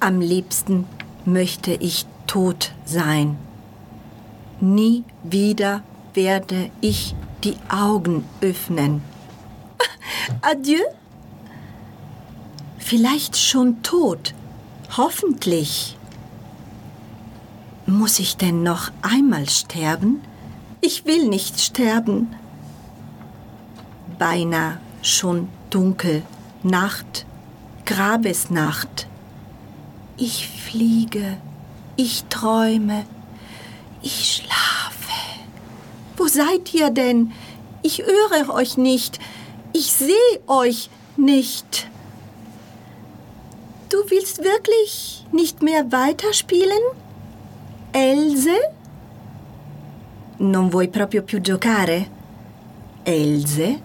Am liebsten möchte ich tot sein. Nie wieder werde ich die Augen öffnen. Adieu. Vielleicht schon tot. Hoffentlich. Muss ich denn noch einmal sterben? Ich will nicht sterben. Beinahe schon dunkel. Nacht. Grabesnacht. Ich fliege. Ich träume. Ich schlafe. Wo seid ihr denn? Ich höre euch nicht. Ich sehe euch nicht. Du willst wirklich nicht mehr weiterspielen? Else? Non vuoi proprio più giocare? Else?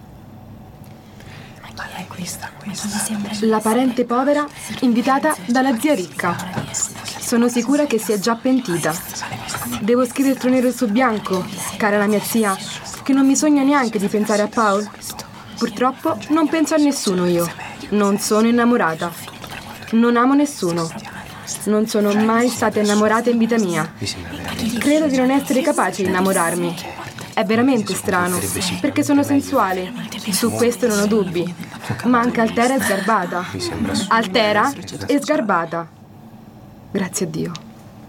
La parente povera invitata dalla zia ricca. Sono sicura che sia già pentita. Devo scrivertelo nero su bianco, cara la mia zia, che non mi sogno neanche di pensare a Paul. Purtroppo non penso a nessuno io. Non sono innamorata. Non amo nessuno. Non sono mai stata innamorata in vita mia. Credo di non essere capace di innamorarmi. È veramente strano, perché sono sensuale. Su questo non ho dubbi. Ma anche Altera è sgarbata. Altera e sgarbata. Grazie a Dio.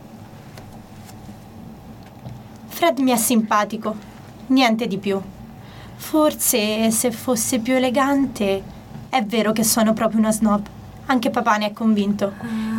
Fred mi è simpatico, niente di più. Forse se fosse più elegante, è vero che sono proprio una snob. Anche papà ne è convinto.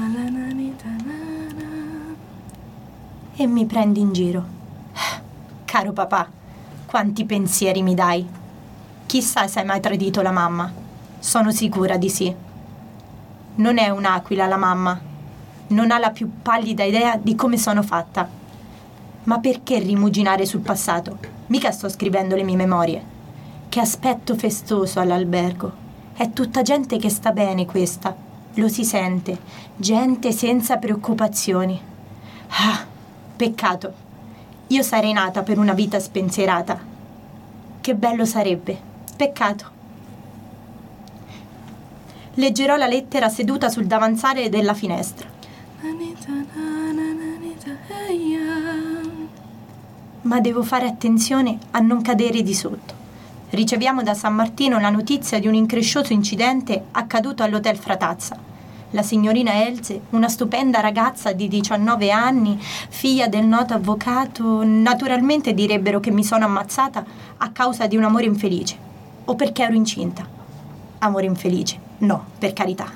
E mi prendi in giro. Caro papà, quanti pensieri mi dai. Chissà se hai mai tradito la mamma. Sono sicura di sì. Non è un'aquila la mamma. Non ha la più pallida idea di come sono fatta. Ma perché rimuginare sul passato? Mica sto scrivendo le mie memorie. Che aspetto festoso all'albergo. È tutta gente che sta bene questa. Lo si sente. Gente senza preoccupazioni. Ah, peccato. Io sarei nata per una vita spensierata. Che bello sarebbe. Peccato. Leggerò la lettera seduta sul davanzale della finestra. Ma devo fare attenzione a non cadere di sotto. Riceviamo da San Martino la notizia di un increscioso incidente accaduto all'Hotel Fratazza. La signorina Else, una stupenda ragazza di 19 anni, figlia del noto avvocato, naturalmente direbbero che mi sono ammazzata a causa di un amore infelice. O perché ero incinta. Amore infelice. No, per carità.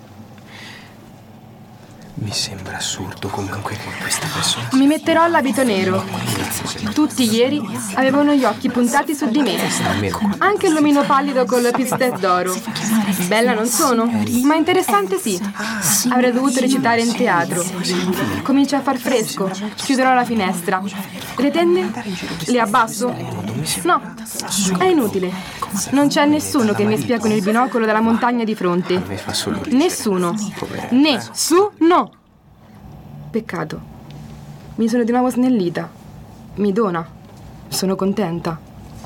Mi sembra assurdo comunque che questa persona... Mi metterò l'abito nero. Tutti ieri avevano gli occhi puntati su di me. Anche il lumino pallido col pistè d'oro. Bella non sono, ma interessante sì. Avrei dovuto recitare in teatro. Comincia a far fresco. Chiuderò la finestra. Le tende? Le abbasso? No, è inutile. Non c'è nessuno che mi spia con il binocolo dalla montagna di fronte. Nessuno. Nessuno. Peccato. Mi sono di nuovo snellita. Mi dona. Sono contenta.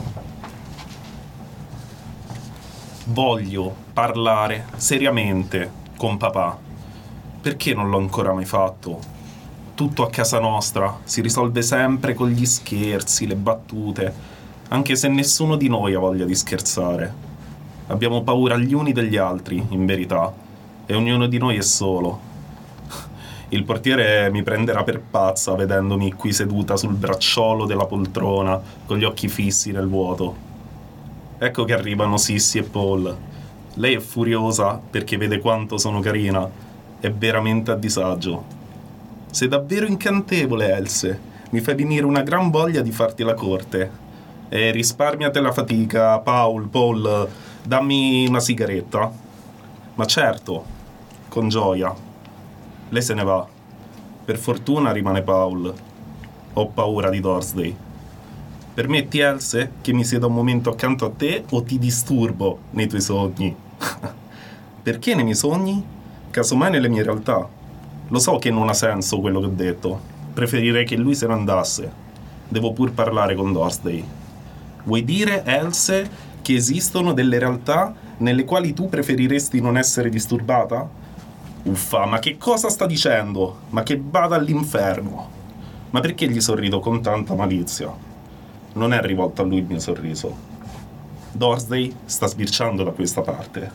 Voglio parlare seriamente con papà. Perché non l'ho ancora mai fatto? Tutto a casa nostra si risolve sempre con gli scherzi, le battute, anche se nessuno di noi ha voglia di scherzare. Abbiamo paura gli uni degli altri, in verità, e ognuno di noi è solo. Il portiere mi prenderà per pazza vedendomi qui seduta sul bracciolo della poltrona con gli occhi fissi nel vuoto. Ecco che arrivano Sissy e Paul. Lei è furiosa perché vede quanto sono carina. È veramente a disagio. Sei davvero incantevole, Else. Mi fai venire una gran voglia di farti la corte. E risparmiate la fatica, Paul, dammi una sigaretta. Ma certo, con gioia. Lei se ne va. Per fortuna rimane Paul. Ho paura di Thursday. Permetti, Else, che mi sieda un momento accanto a te o ti disturbo nei tuoi sogni? Perché nei miei sogni? Casomai nelle mie realtà. Lo so che non ha senso quello che ho detto. Preferirei che lui se ne andasse. Devo pur parlare con Thursday. Vuoi dire, Else, che esistono delle realtà nelle quali tu preferiresti non essere disturbata? Uffa, ma che cosa sta dicendo? Ma che vada all'inferno! Ma perché gli sorrido con tanta malizia? Non è rivolto a lui il mio sorriso. Dursley sta sbirciando da questa parte.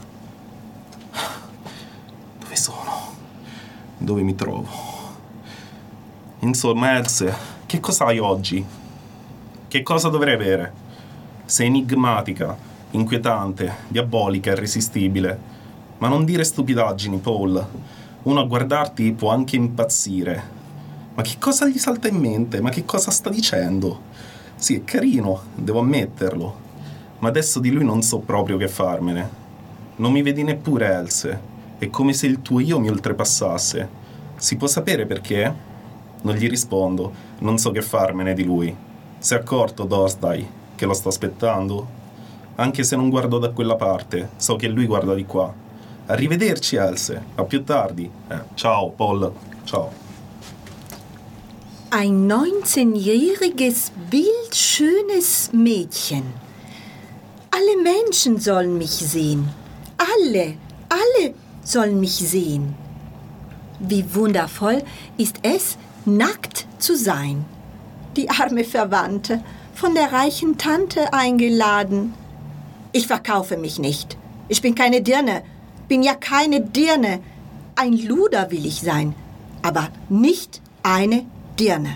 Dove sono? Dove mi trovo? Insomma, Else, che cosa hai oggi? Che cosa dovrei avere? Sei enigmatica, inquietante, diabolica, irresistibile. Ma non dire stupidaggini, Paul. Uno a guardarti può anche impazzire. Ma che cosa gli salta in mente? Ma che cosa sta dicendo? Sì, è carino, devo ammetterlo. Ma adesso di lui non so proprio che farmene. Non mi vedi neppure, Else. È come se il tuo io mi oltrepassasse. Si può sapere perché? Non gli rispondo. Non so che farmene di lui. Si è accorto, Dursley, che lo sto aspettando? Anche se non guardo da quella parte, so che lui guarda di qua. Arrivederci, Else. A più tardi. Ciao, Paul. Ciao. Ein 19-jähriges, bildschönes Mädchen. Alle Menschen sollen mich sehen. Alle sollen mich sehen. Wie wundervoll ist es, nackt zu sein. Die arme Verwandte, von der reichen Tante eingeladen. Ich verkaufe mich nicht. Ich bin keine Dirne. Bin ja keine Dirne. Ein Luder will ich sein, aber nicht eine Dirne.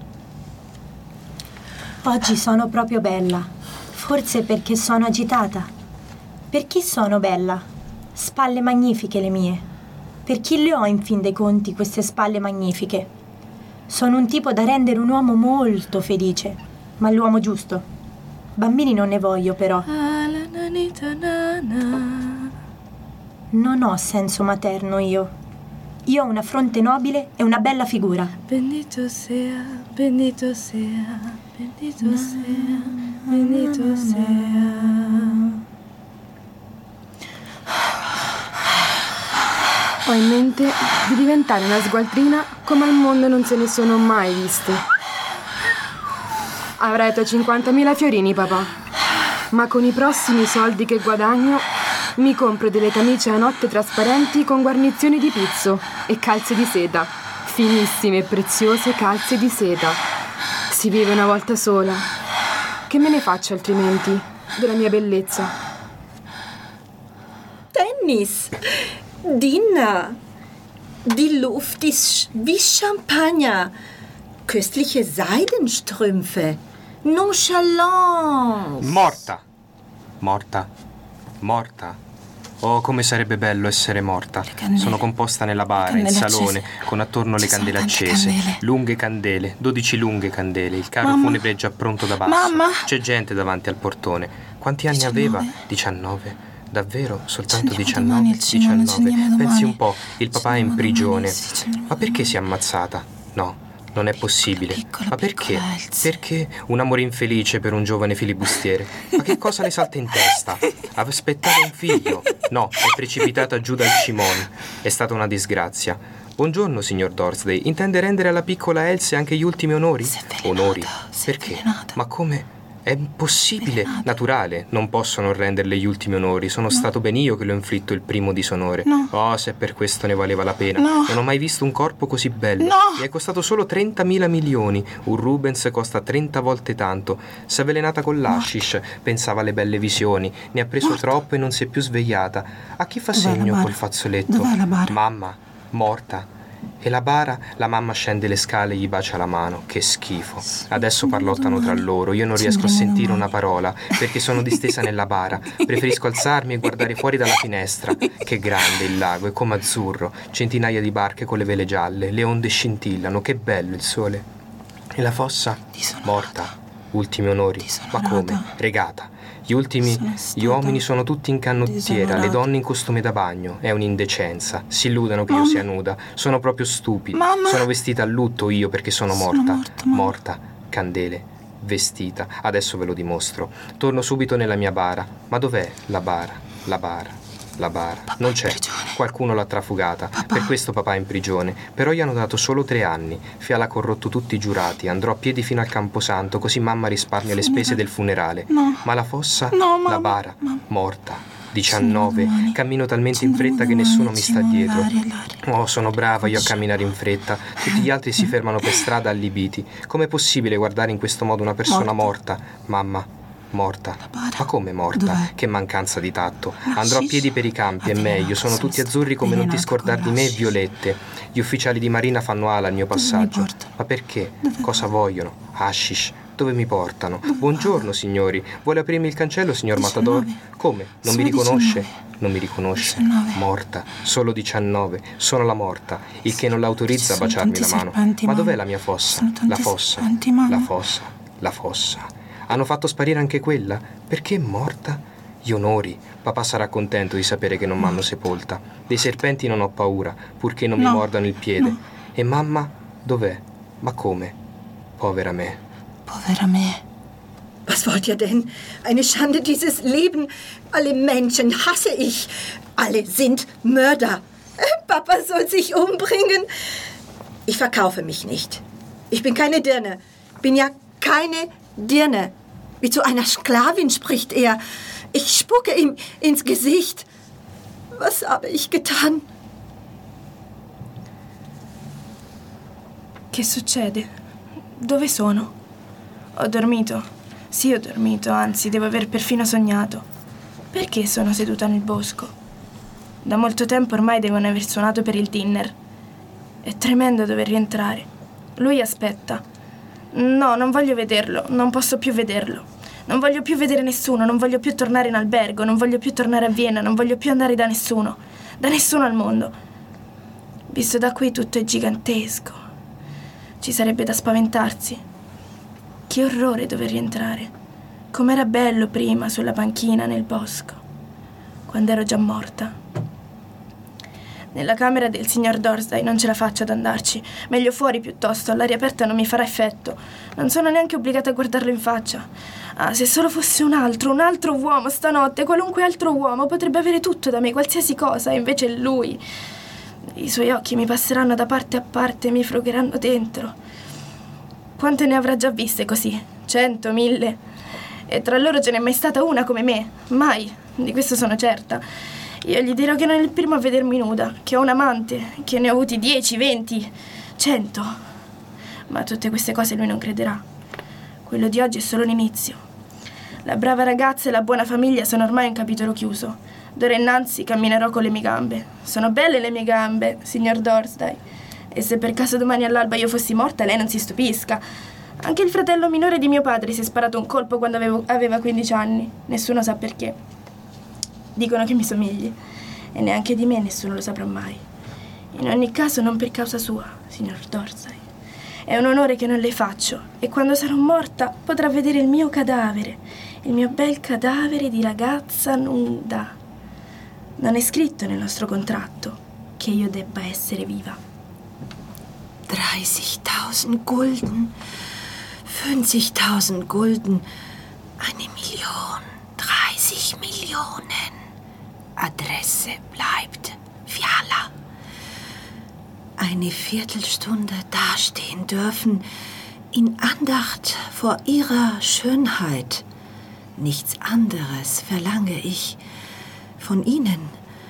Oggi sono proprio bella. Forse perché sono agitata. Per chi sono bella? Spalle magnifiche le mie. Per chi le ho in fin dei conti queste spalle magnifiche? Sono un tipo da rendere un uomo molto felice, ma l'uomo giusto. Bambini non ne voglio però. Non ho senso materno io. Io ho una fronte nobile e una bella figura. Bendito sea, bendito sea, bendito sea, bendito sea. Ho in mente di diventare una sgualtrina come al mondo non se ne sono mai viste. Avrai i tuoi 50.000 fiorini, papà. Ma con i prossimi soldi che guadagno mi compro delle camicie a notte trasparenti con guarnizioni di pizzo e calze di seta. Finissime e preziose calze di seta. Si vive una volta sola. Che me ne faccio altrimenti della mia bellezza? Dennis, Dinner. Die Luft ist wie Champagner. Köstliche Seidenstrümpfe. Nonchalance. Morta. Oh, come sarebbe bello essere morta. Sono composta nella bara, in salone, con attorno le candele accese. Lunghe candele, 12 lunghe candele. Il carro funebre è già pronto da basso. Mamma. C'è gente davanti al portone. Quanti anni aveva? 19. Davvero? Soltanto 19? 19. Pensi un po', il papà è in prigione. Ma perché si è ammazzata? No, non è possibile. Ma perché? Perché un amore infelice per un giovane filibustiere? Ma che cosa le salta in testa? Aspettava un figlio? No, è precipitata giù dal cimone. È stata una disgrazia. Buongiorno, signor Dursley. Intende rendere alla piccola Else anche gli ultimi onori? Onori? Perché? Ma come? È impossibile. Naturale, non posso non renderle gli ultimi onori. Sono stato ben io che le ho inflitto il primo disonore. Oh, se per questo ne valeva la pena. Non ho mai visto un corpo così bello. Mi è costato solo 30.000 milioni. Un Rubens costa 30 volte tanto. Si è avvelenata con l'hashish. Pensava alle belle visioni. Ne ha preso troppo e non si è più svegliata. A chi fa segno col fazzoletto? Dov'è la bara? Mamma, morta. E la bara, la mamma scende le scale e gli bacia la mano. Che schifo. Adesso parlottano tra loro. Io non riesco a sentire una parola perché sono distesa nella bara. Preferisco alzarmi e guardare fuori dalla finestra. Che grande il lago, è come azzurro. Centinaia di barche con le vele gialle. Le onde scintillano. Che bello il sole. E la fossa? Morta. Ultimi onori. Ma come? Regata. Gli uomini sono tutti in canottiera, le donne in costume da bagno. È un'indecenza. Si illudono che io sia nuda. Sono proprio stupidi. Sono vestita a lutto io perché sono morta. Morta. Candele. Vestita. Adesso ve lo dimostro. Torno subito nella mia bara. Ma dov'è la bara? La bara. La bara. Non c'è. Qualcuno l'ha trafugata. Per questo papà è in prigione. Però gli hanno dato solo 3 anni. Fiala ha corrotto tutti i giurati. Andrò a piedi fino al Camposanto, così mamma risparmia le spese del funerale. Ma la fossa? La bara. Morta. 19. Cammino talmente in fretta che nessuno mi sta dietro. Oh, sono brava io a camminare in fretta. Tutti gli altri si fermano per strada allibiti. Com'è possibile guardare in questo modo una persona morta? Mamma, morta. Ma come morta? Dov'è? Che mancanza di tatto. Andrò a piedi per i campi, è meglio. Sono tutti azzurri come non ti scordar di me e violette. Gli ufficiali di marina fanno ala al mio passaggio. Ma perché? Cosa vogliono? Hashish. Dove mi portano? Buongiorno, signori. Vuole aprirmi il cancello, signor Matador? Come? Non mi riconosce? Non mi riconosce. Morta. Solo 19. Sono la morta. Il che non l'autorizza a baciarmi la mano. Ma dov'è la mia fossa? La fossa. La fossa. La fossa. Hanno fatto sparire anche quella? Perché è morta? Gli onori. Papà sarà contento di sapere che non m'hanno sepolta. Dei serpenti non ho paura, purché non mi mordano il piede. E mamma? Dov'è? Ma come? Povera me. Povera me. Was wollt ihr denn? Eine Schande dieses Leben. Alle Menschen hasse ich. Alle sind Mörder. Papa soll sich umbringen. Ich verkaufe mich nicht. Ich bin keine Dirne. Bin ja keine Dirne. Wie zu einer Sklavin spricht er. Ich spucke ihm ins Gesicht. Was habe ich getan? Che succede? Dove sono? Ho dormito? Sì, ho dormito, anzi, devo aver perfino sognato. Perché sono seduta nel bosco? Da molto tempo ormai devono aver suonato per il dinner. È tremendo dover rientrare. Lui aspetta. No, non voglio vederlo, non posso più vederlo. Non voglio più vedere nessuno, non voglio più tornare in albergo, non voglio più tornare a Vienna, non voglio più andare da nessuno al mondo. Visto da qui tutto è gigantesco. Ci sarebbe da spaventarsi. Che orrore dover rientrare. Com'era bello prima sulla panchina nel bosco, quando ero già morta. Nella camera del signor Dorsday non ce la faccio ad andarci. Meglio fuori piuttosto, all'aria aperta non mi farà effetto. Non sono neanche obbligata a guardarlo in faccia. Ah, se solo fosse un altro uomo stanotte, qualunque altro uomo potrebbe avere tutto da me, qualsiasi cosa, e invece lui. I suoi occhi mi passeranno da parte a parte e mi frugheranno dentro. Quante ne avrà già viste così? 100, 1000? E tra loro ce n'è mai stata una come me? Mai, di questo sono certa. Io gli dirò che non è il primo a vedermi nuda, che ho un amante, che ne ho avuti 10, 20, 100. Ma a tutte queste cose lui non crederà. Quello di oggi è solo l'inizio. La brava ragazza e la buona famiglia sono ormai un capitolo chiuso. D'ora innanzi camminerò con le mie gambe. Sono belle le mie gambe, signor Dorsday. E se per caso domani all'alba io fossi morta, lei non si stupisca. Anche il fratello minore di mio padre si è sparato un colpo quando aveva 15 anni. Nessuno sa perché. Dicono che mi somigli. E neanche di me nessuno lo saprà mai. In ogni caso non per causa sua, signor Dorsday. È un onore che non le faccio. E quando sarò morta potrà vedere il mio cadavere. Il mio bel cadavere di ragazza nuda. Non è scritto nel nostro contratto che io debba essere viva. 30.000 Gulden, 50.000 Gulden, 1 Million, 30 Millionen. Adresse bleibt Fiala. Eine Viertelstunde dastehen dürfen, in Andacht vor ihrer Schönheit. Nichts anderes verlange ich von Ihnen.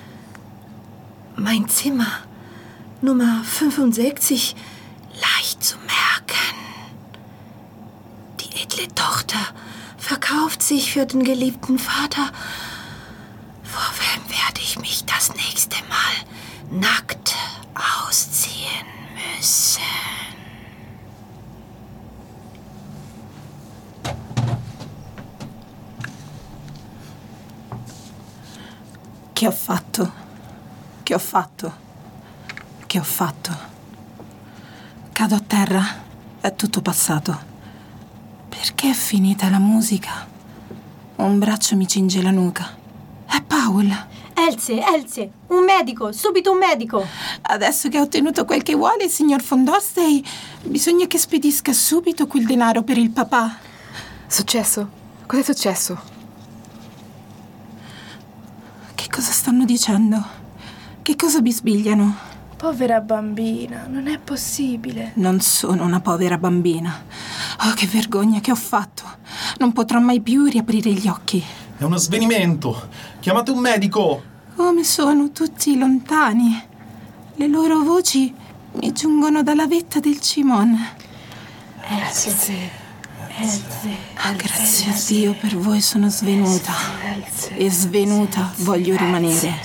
Mein Zimmer, Nummer 65, leicht zu merken. Die edle Tochter verkauft sich für den geliebten Vater. Vor wem werde ich mich das nächste Mal nackt ausziehen müssen? Che ho fatto? Che ho fatto? Che ho fatto? Cado a terra, è tutto passato. Perché è finita la musica? Un braccio mi cinge la nuca. È Paul. Elsie, un medico, subito un medico. Adesso che ha ottenuto quel che vuole il signor von Dorsday, bisogna che spedisca subito quel denaro per il papà. Successo? Cos'è successo? Che cosa stanno dicendo? Che cosa bisbigliano? Povera bambina, non è possibile. Non sono una povera bambina. Oh, che vergogna che ho fatto. Non potrò mai più riaprire gli occhi. È uno svenimento. Chiamate un medico. Come sono tutti lontani. Le loro voci mi giungono dalla vetta del Cimon. Grazie a Dio per voi sono svenuta. E svenuta voglio rimanere.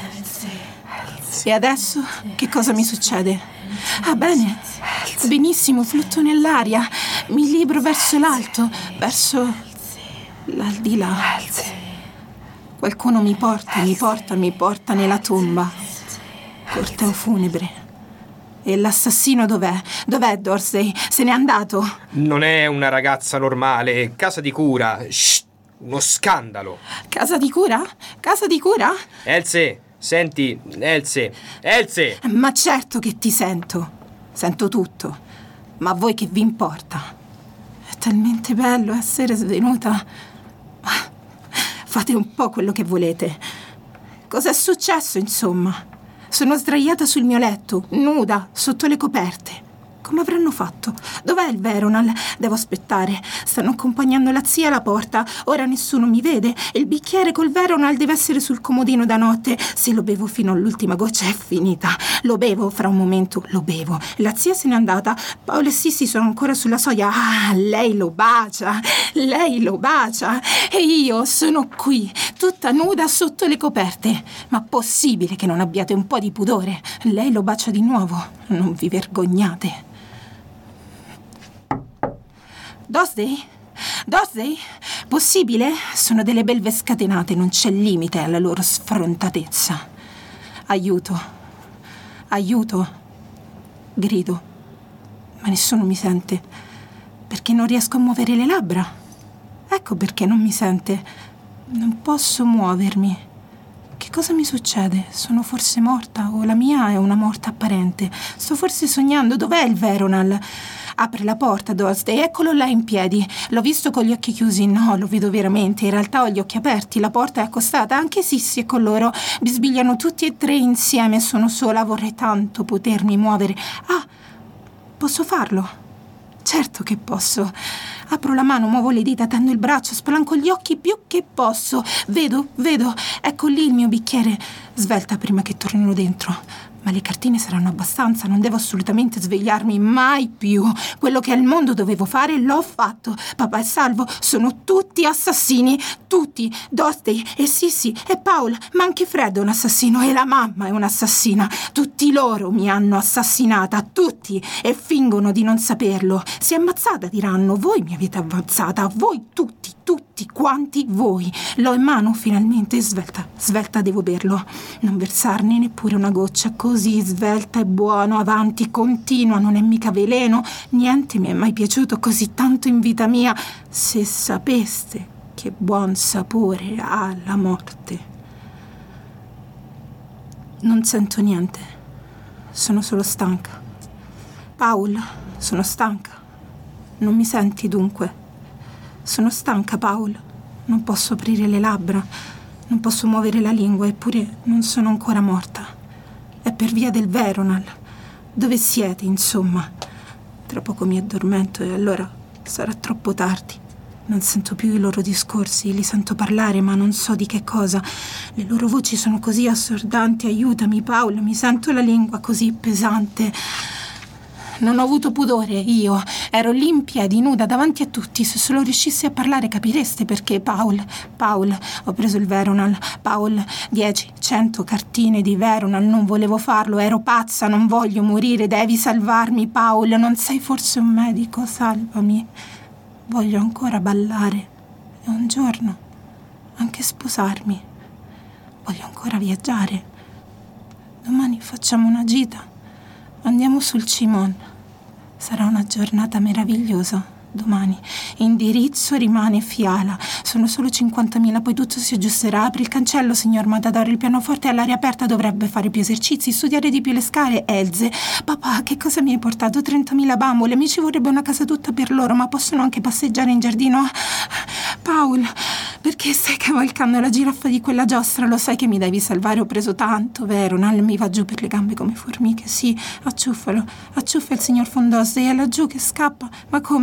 E adesso che cosa mi succede? Ah, bene. Benissimo, flutto nell'aria. Mi libero verso l'alto, verso l'aldilà. Qualcuno mi porta nella tomba. Corteo funebre. E l'assassino dov'è? Dov'è Dorsey? Se n'è andato? Non è una ragazza normale, casa di cura. Shh, uno scandalo. Casa di cura? Casa di cura? Else, senti, Else. Ma certo che ti sento. Sento tutto. Ma a voi che vi importa? È talmente bello essere svenuta. Fate un po' quello che volete. Cos'è successo, insomma? Sono sdraiata sul mio letto, nuda, sotto le coperte. Come avranno fatto? Dov'è il Veronal? Devo aspettare. Stanno accompagnando la zia alla porta. Ora nessuno mi vede. Il bicchiere col Veronal deve essere sul comodino da notte. Se lo bevo fino all'ultima goccia è finita. Lo bevo fra un momento, lo bevo. La zia se n'è andata. Paolo e Sissi sono ancora sulla soglia. Ah, lei lo bacia. Lei lo bacia. E io sono qui, tutta nuda sotto le coperte. Ma possibile che non abbiate un po' di pudore? Lei lo bacia di nuovo. Non vi vergognate. Dorsey? Possibile? Sono delle belve scatenate, non c'è limite alla loro sfrontatezza. Aiuto. Grido. Ma nessuno mi sente. Perché non riesco a muovere le labbra. Ecco perché non mi sente. Non posso muovermi. Che cosa mi succede? Sono forse morta o la mia è una morte apparente? Sto forse sognando? Dov'è il Veronal? Apre la porta, Dorsey, eccolo là in piedi. L'ho visto con gli occhi chiusi, no, lo vedo veramente. In realtà ho gli occhi aperti, la porta è accostata, anche Sissi è con loro. Bisbigliano tutti e tre insieme, sono sola, vorrei tanto potermi muovere. Ah, posso farlo? Certo che posso. Apro la mano, muovo le dita, tendo il braccio, spalanco gli occhi più che posso. Vedo, ecco lì il mio bicchiere. Svelta prima che tornino dentro. Ma le cartine saranno abbastanza, non devo assolutamente svegliarmi mai più. Quello che al mondo dovevo fare l'ho fatto. Papà è salvo, sono tutti assassini, tutti. Dorsey e Sissi e Paul, ma anche Fred è un assassino e la mamma è un'assassina. Tutti loro mi hanno assassinata, tutti, e fingono di non saperlo. Si è ammazzata, diranno, voi mi avete ammazzata, voi tutti quanti voi. L'ho in mano finalmente, svelta devo berlo. Non versarne neppure una goccia, così svelta e buono, avanti, continua, non è mica veleno. Niente mi è mai piaciuto così tanto in vita mia. Se sapeste che buon sapore ha la morte. Non sento niente, sono solo stanca. Paul, sono stanca. Non mi senti dunque? Sono stanca, Paul. Non posso aprire le labbra, non posso muovere la lingua, eppure non sono ancora morta. È per via del Veronal. Dove siete, insomma? Tra poco mi addormento e allora sarà troppo tardi. Non sento più i loro discorsi, li sento parlare, ma non so di che cosa. Le loro voci sono così assordanti. Aiutami, Paul, mi sento la lingua così pesante. Non ho avuto pudore, io. Ero lì in piedi, nuda, davanti a tutti. Se solo riuscissi a parlare capireste perché. Paul, ho preso il Veronal. Paul, 10, 100 cartine di Veronal. Non volevo farlo, ero pazza, non voglio morire. Devi salvarmi, Paul. Non sei forse un medico? Salvami. Voglio ancora ballare. E un giorno anche sposarmi. Voglio ancora viaggiare. Domani facciamo una gita. Andiamo sul Cimon. Sarà una giornata meravigliosa. Domani. Indirizzo rimane Fiala. Sono solo 50.000, poi tutto si aggiusterà. Apri il cancello, signor Matador. Il pianoforte è all'aria aperta, dovrebbe fare più esercizi, studiare di più le scale. Elze. Papà, che cosa mi hai portato? 30.000 bambole. Mi ci vorrebbe una casa tutta per loro, ma possono anche passeggiare in giardino. Paul, perché stai cavalcando la giraffa di quella giostra? Lo sai che mi devi salvare, ho preso tanto, vero? Non mi va giù per le gambe come formiche. Sì, acciuffalo. Acciuffa il signor Fondose, è laggiù che scappa. Ma come? Non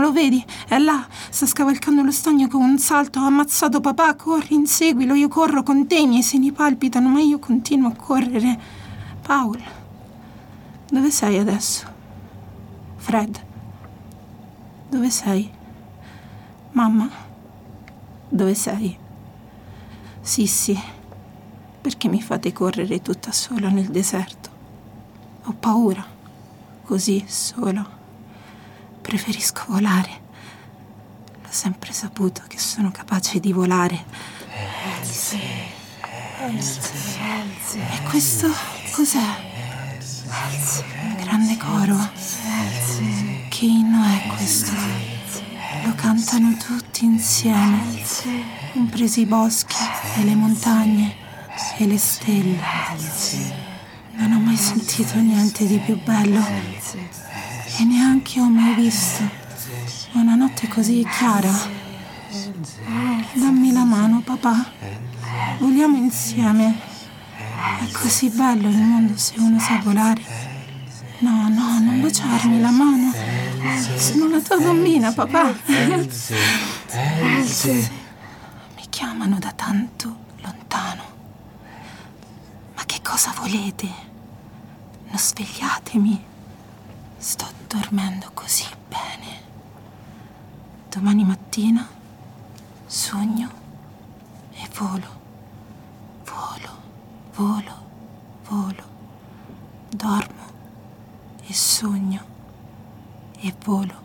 lo vedi? È là, sta scavalcando lo stagno con un salto, ha ammazzato papà, corri, inseguilo, io corro con te, i miei seni palpitano, ma io continuo a correre. Paul, dove sei adesso? Fred, dove sei? Mamma, dove sei? Sissi, perché mi fate correre tutta sola nel deserto? Ho paura, così sola. Preferisco volare. L'ho sempre saputo che sono capace di volare. E questo cos'è? Grande coro. Che inno è questo? Lo cantano tutti insieme, compresi i boschi e le montagne e le stelle. Non ho mai sentito niente di più bello e neanche ho mai visto una notte così chiara. Dammi la mano, papà. Voliamo insieme. È così bello il mondo se uno sa volare. No, non baciarmi la mano. Sono la tua bambina, papà. Mi chiamano da tanto lontano. Ma che cosa volete? Non svegliatemi. Sto dormendo così bene. Domani mattina sogno e volo. Dormo e sogno e volo.